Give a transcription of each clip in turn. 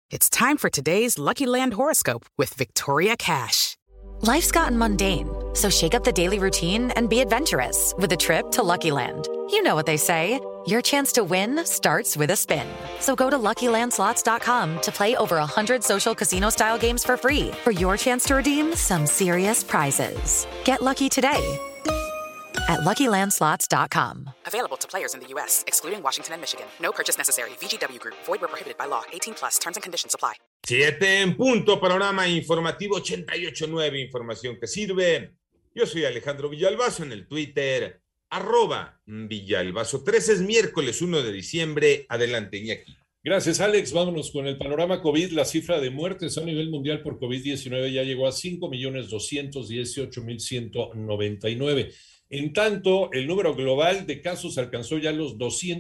It's time for today's Lucky Land horoscope with Victoria Cash. Life's gotten mundane, so shake up the daily routine and be adventurous with a trip to Lucky Land. You know what they say, your chance to win starts with a spin. So go to LuckyLandSlots.com to play over 100 social casino-style games for free for your chance to redeem some serious prizes. Get lucky today at LuckyLandSlots.com. Available to players in the U.S., excluding Washington and Michigan. No purchase necessary. VGW Group. Void where prohibited by law. 18+. Terms and conditions apply. 7 en punto, panorama informativo 88.9, información que sirve. Yo soy Alejandro Villalbazo en el Twitter, @Villalbazo. 13 es miércoles 1 de diciembre. Adelante, Iñaki. Gracias, Alex. Vámonos con el panorama COVID. La cifra de muertes a nivel mundial por COVID-19 ya llegó a 5.218.199. En tanto, el número global de casos alcanzó ya los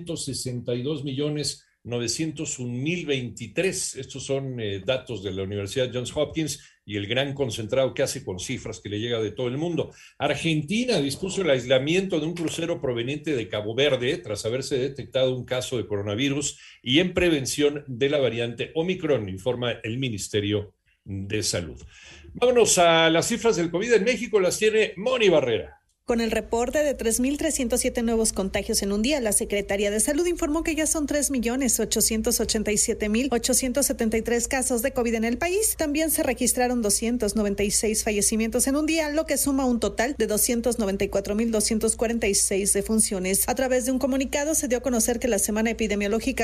262.901.023. Estos son datos de la Universidad Johns Hopkins y el gran concentrado que hace con cifras que le llega de todo el mundo. Argentina dispuso el aislamiento de un crucero proveniente de Cabo Verde tras haberse detectado un caso de coronavirus y en prevención de la variante Omicron, informa el Ministerio de Salud. Vámonos a las cifras del COVID en México, las tiene Moni Barrera. Con el reporte de 3.307 nuevos contagios en un día, la Secretaría de Salud informó que ya son 3.887.873 casos de COVID en el país. También se registraron 296 fallecimientos en un día, lo que suma un total de 294.246 defunciones. A través de un comunicado se dio a conocer que la semana epidemiológica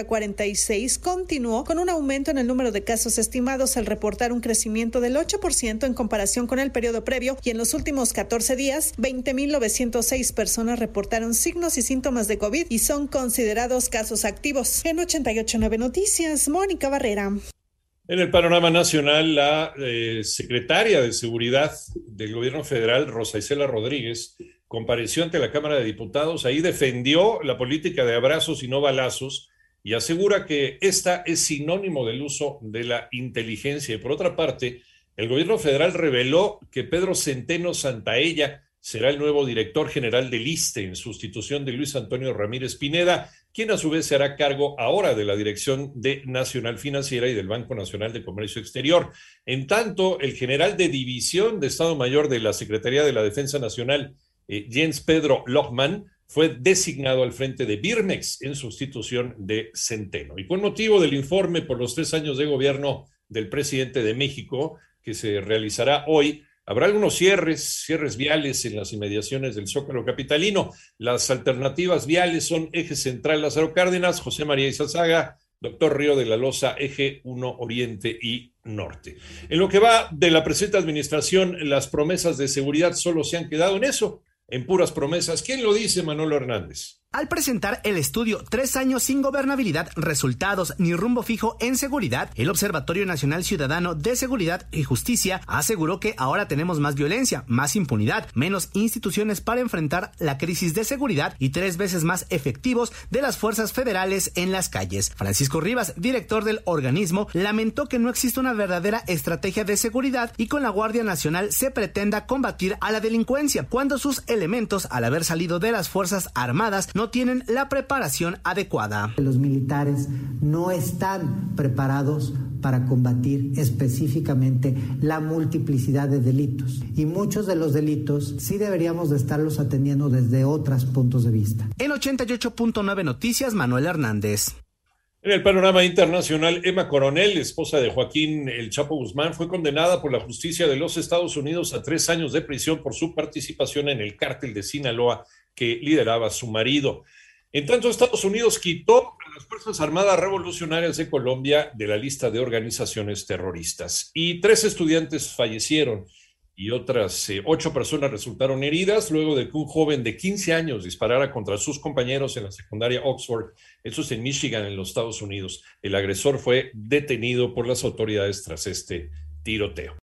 46 continuó con un aumento en el número de casos estimados al reportar un crecimiento del 8% en comparación con el periodo previo, y en los últimos 14 días, 20.906 personas reportaron signos y síntomas de COVID y son considerados casos activos. En 88.9 Noticias, Mónica Barrera. En el panorama nacional, la secretaria de Seguridad del Gobierno Federal, Rosa Isela Rodríguez, compareció ante la Cámara de Diputados. Ahí defendió la política de abrazos y no balazos y asegura que esta es sinónimo del uso de la inteligencia. Y por otra parte, el Gobierno Federal reveló que Pedro Centeno Santaella será el nuevo director general del ISSSTE en sustitución de Luis Antonio Ramírez Pineda, quien a su vez se hará cargo ahora de la Dirección de Nacional Financiera y del Banco Nacional de Comercio Exterior. En tanto, el general de División de Estado Mayor de la Secretaría de la Defensa Nacional, Jens Pedro Lohmann, fue designado al frente de Birmex en sustitución de Centeno. Y con motivo del informe por los 3 años de gobierno del presidente de México, que se realizará hoy, habrá algunos cierres viales en las inmediaciones del Zócalo capitalino. Las alternativas viales son Eje Central Lázaro Cárdenas, José María Izazaga, Doctor Río de la Loza, Eje 1 Oriente y Norte. En lo que va de la presente administración, las promesas de seguridad solo se han quedado en eso, en puras promesas. ¿Quién lo dice? Manolo Hernández. Al presentar el estudio 3 años sin gobernabilidad, resultados ni rumbo fijo en seguridad, el Observatorio Nacional Ciudadano de Seguridad y Justicia aseguró que ahora tenemos más violencia, más impunidad, menos instituciones para enfrentar la crisis de seguridad y 3 veces más efectivos de las fuerzas federales en las calles. Francisco Rivas, director del organismo, lamentó que no existe una verdadera estrategia de seguridad y con la Guardia Nacional se pretenda combatir a la delincuencia, cuando sus elementos, al haber salido de las Fuerzas Armadas, no tienen la preparación adecuada. Los militares no están preparados para combatir específicamente la multiplicidad de delitos. Y muchos de los delitos sí deberíamos de estarlos atendiendo desde otros puntos de vista. En 88.9 Noticias, Manuel Hernández. En el panorama internacional, Emma Coronel, esposa de Joaquín El Chapo Guzmán, fue condenada por la justicia de los Estados Unidos a 3 años de prisión por su participación en el cártel de Sinaloa que lideraba su marido. En tanto, Estados Unidos quitó a las Fuerzas Armadas Revolucionarias de Colombia de la lista de organizaciones terroristas. Y 3 estudiantes fallecieron y otras 8 personas resultaron heridas luego de que un joven de 15 años disparara contra sus compañeros en la secundaria Oxford, eso es en Michigan, en los Estados Unidos. El agresor fue detenido por las autoridades tras este tiroteo.